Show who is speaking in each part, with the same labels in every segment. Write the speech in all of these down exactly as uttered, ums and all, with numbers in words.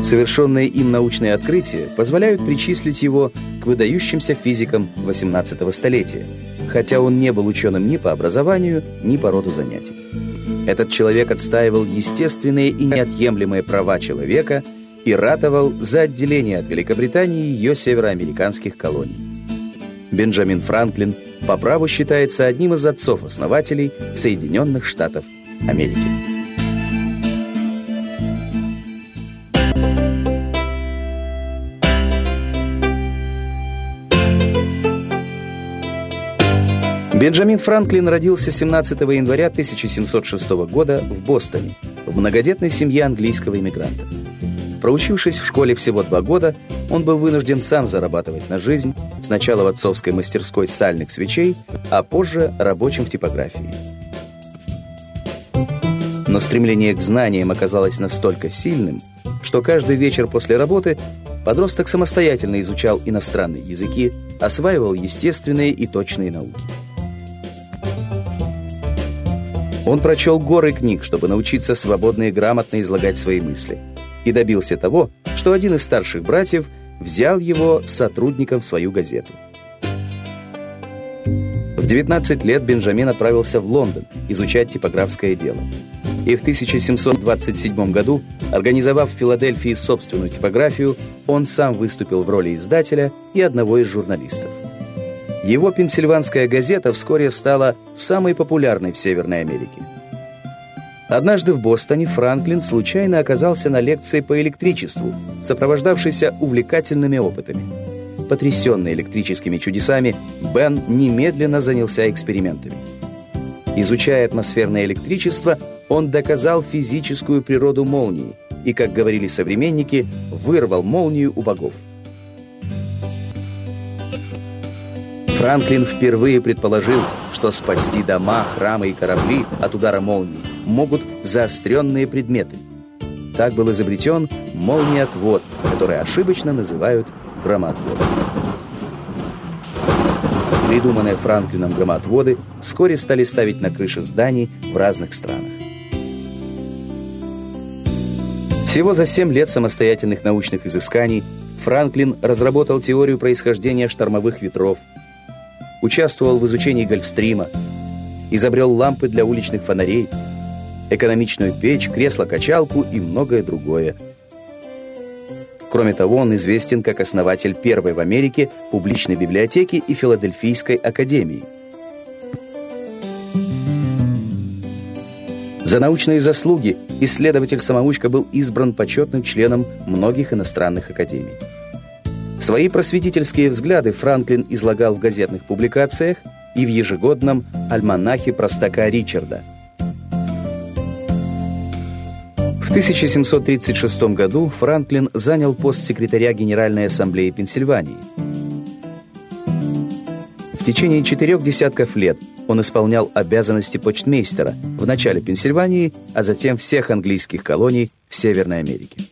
Speaker 1: Совершенные им научные открытия позволяют причислить его к выдающимся физикам восемнадцатого столетия, хотя он не был ученым ни по образованию, ни по роду занятий. Этот человек отстаивал естественные и неотъемлемые права человека и ратовал за отделение от Великобритании ее североамериканских колоний. Бенджамин Франклин по праву считается одним из отцов-основателей Соединенных Штатов Америки. Бенджамин Франклин родился семнадцатого января тысяча семьсот шестого года в Бостоне, в многодетной семье английского иммигранта. Проучившись в школе всего два года, он был вынужден сам зарабатывать на жизнь, сначала в отцовской мастерской сальных свечей, а позже рабочим в типографии. Но стремление к знаниям оказалось настолько сильным, что каждый вечер после работы подросток самостоятельно изучал иностранные языки, осваивал естественные и точные науки. Он прочел горы книг, чтобы научиться свободно и грамотно излагать свои мысли, и добился того, что один из старших братьев взял его сотрудником в свою газету. В девятнадцать лет Бенджамин отправился в Лондон изучать типографское дело. И в тысяча семьсот двадцать седьмом году, организовав в Филадельфии собственную типографию, он сам выступил в роли издателя и одного из журналистов. Его «Пенсильванская газета» вскоре стала самой популярной в Северной Америке. Однажды в Бостоне Франклин случайно оказался на лекции по электричеству, сопровождавшейся увлекательными опытами. Потрясенный электрическими чудесами, Бен немедленно занялся экспериментами. Изучая атмосферное электричество, он доказал физическую природу молнии и, как говорили современники, вырвал молнию у богов. Франклин впервые предположил, что спасти дома, храмы и корабли от удара молнии могут заостренные предметы. Так был изобретен молниеотвод, который ошибочно называют громоотводом. Придуманные Франклином громоотводы вскоре стали ставить на крыши зданий в разных странах. Всего за семь лет самостоятельных научных изысканий Франклин разработал теорию происхождения штормовых ветров, участвовал в изучении Гольфстрима, изобрел лампы для уличных фонарей, экономичную печь, кресло-качалку и многое другое. Кроме того, он известен как основатель первой в Америке публичной библиотеки и Филадельфийской академии. За научные заслуги исследователь-самоучка был избран почетным членом многих иностранных академий. Свои просветительские взгляды Франклин излагал в газетных публикациях и в ежегодном альманахе простака Ричарда. В тысяча семьсот тридцать шестом году Франклин занял пост секретаря Генеральной ассамблеи Пенсильвании. В течение четырех десятков лет он исполнял обязанности почтмейстера в начале Пенсильвании, а затем всех английских колоний в Северной Америке.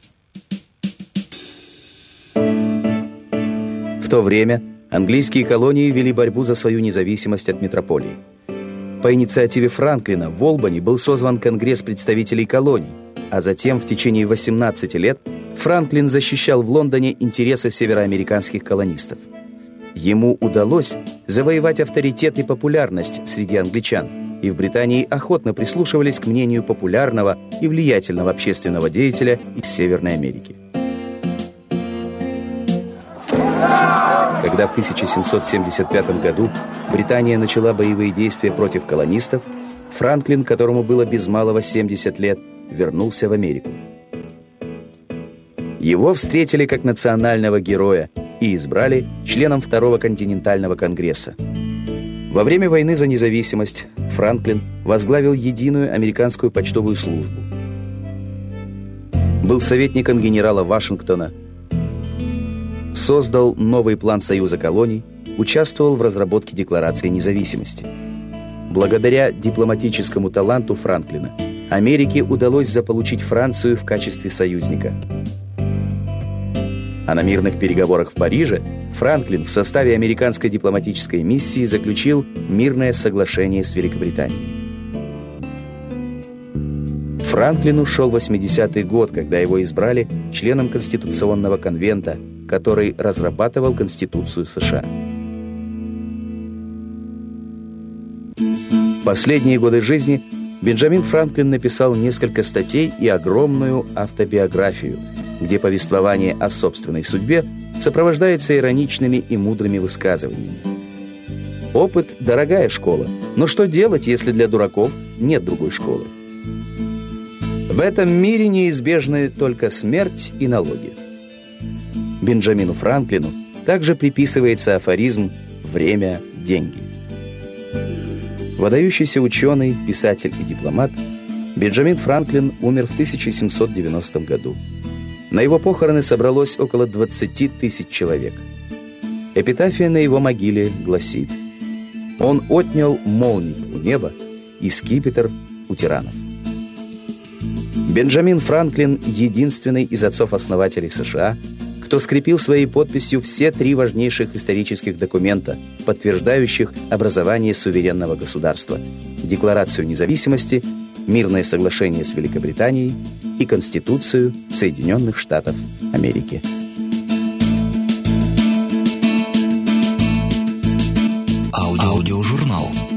Speaker 1: В то время английские колонии вели борьбу за свою независимость от метрополии. По инициативе Франклина в Олбани был созван Конгресс представителей колоний, а затем в течение восемнадцати лет Франклин защищал в Лондоне интересы североамериканских колонистов. Ему удалось завоевать авторитет и популярность среди англичан, и в Британии охотно прислушивались к мнению популярного и влиятельного общественного деятеля из Северной Америки. Когда в тысяча семьсот семьдесят пятом году Британия начала боевые действия против колонистов, Франклин, которому было без малого семьдесят лет, вернулся в Америку. Его встретили как национального героя и избрали членом Второго континентального конгресса. Во время войны за независимость Франклин возглавил единую американскую почтовую службу. Был советником генерала Вашингтона, создал новый план Союза колоний, участвовал в разработке Декларации независимости. Благодаря дипломатическому таланту Франклина Америке удалось заполучить Францию в качестве союзника. А на мирных переговорах в Париже Франклин в составе американской дипломатической миссии заключил мирное соглашение с Великобританией. Франклину шел восьмидесятый год, когда его избрали членом Конституционного конвента, который разрабатывал Конституцию США. В последние годы жизни Бенджамин Франклин написал несколько статей и огромную автобиографию, где повествование о собственной судьбе сопровождается ироничными и мудрыми высказываниями. Опыт – дорогая школа, но что делать, если для дураков нет другой школы? В этом мире неизбежны только смерть и налоги. Бенджамину Франклину также приписывается афоризм «время – деньги». Выдающийся ученый, писатель и дипломат, Бенджамин Франклин умер в тысяча семьсот девяностом году. На его похороны собралось около двадцати тысяч человек. Эпитафия на его могиле гласит: «Он отнял молний у неба и скипетр у тиранов». Бенджамин Франклин – единственный из отцов-основателей США, кто скрепил своей подписью все три важнейших исторических документа, подтверждающих образование суверенного государства: Декларацию независимости, Мирное соглашение с Великобританией и Конституцию Соединенных Штатов Америки.
Speaker 2: Аудиожурнал.